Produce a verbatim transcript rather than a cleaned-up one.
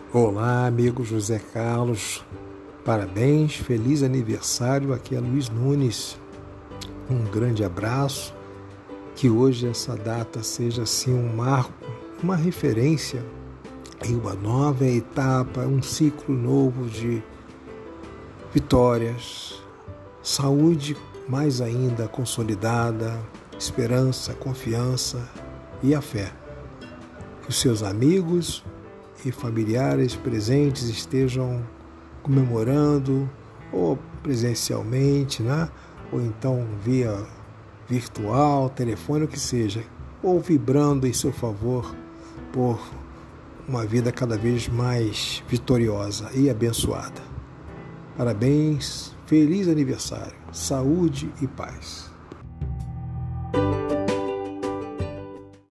Olá, amigo José Carlos. Parabéns, feliz aniversário. Aqui é Luiz Nunes. Um grande abraço. Que hoje essa data seja assim um marco, uma referência em uma nova etapa, um ciclo novo de vitórias, saúde mais ainda consolidada, esperança, confiança e a fé. Que os seus amigos e familiares presentes estejam comemorando, ou presencialmente, né? Ou então via virtual, telefone, o que seja, ou vibrando em seu favor por uma vida cada vez mais vitoriosa e abençoada. Parabéns, feliz aniversário, saúde e paz.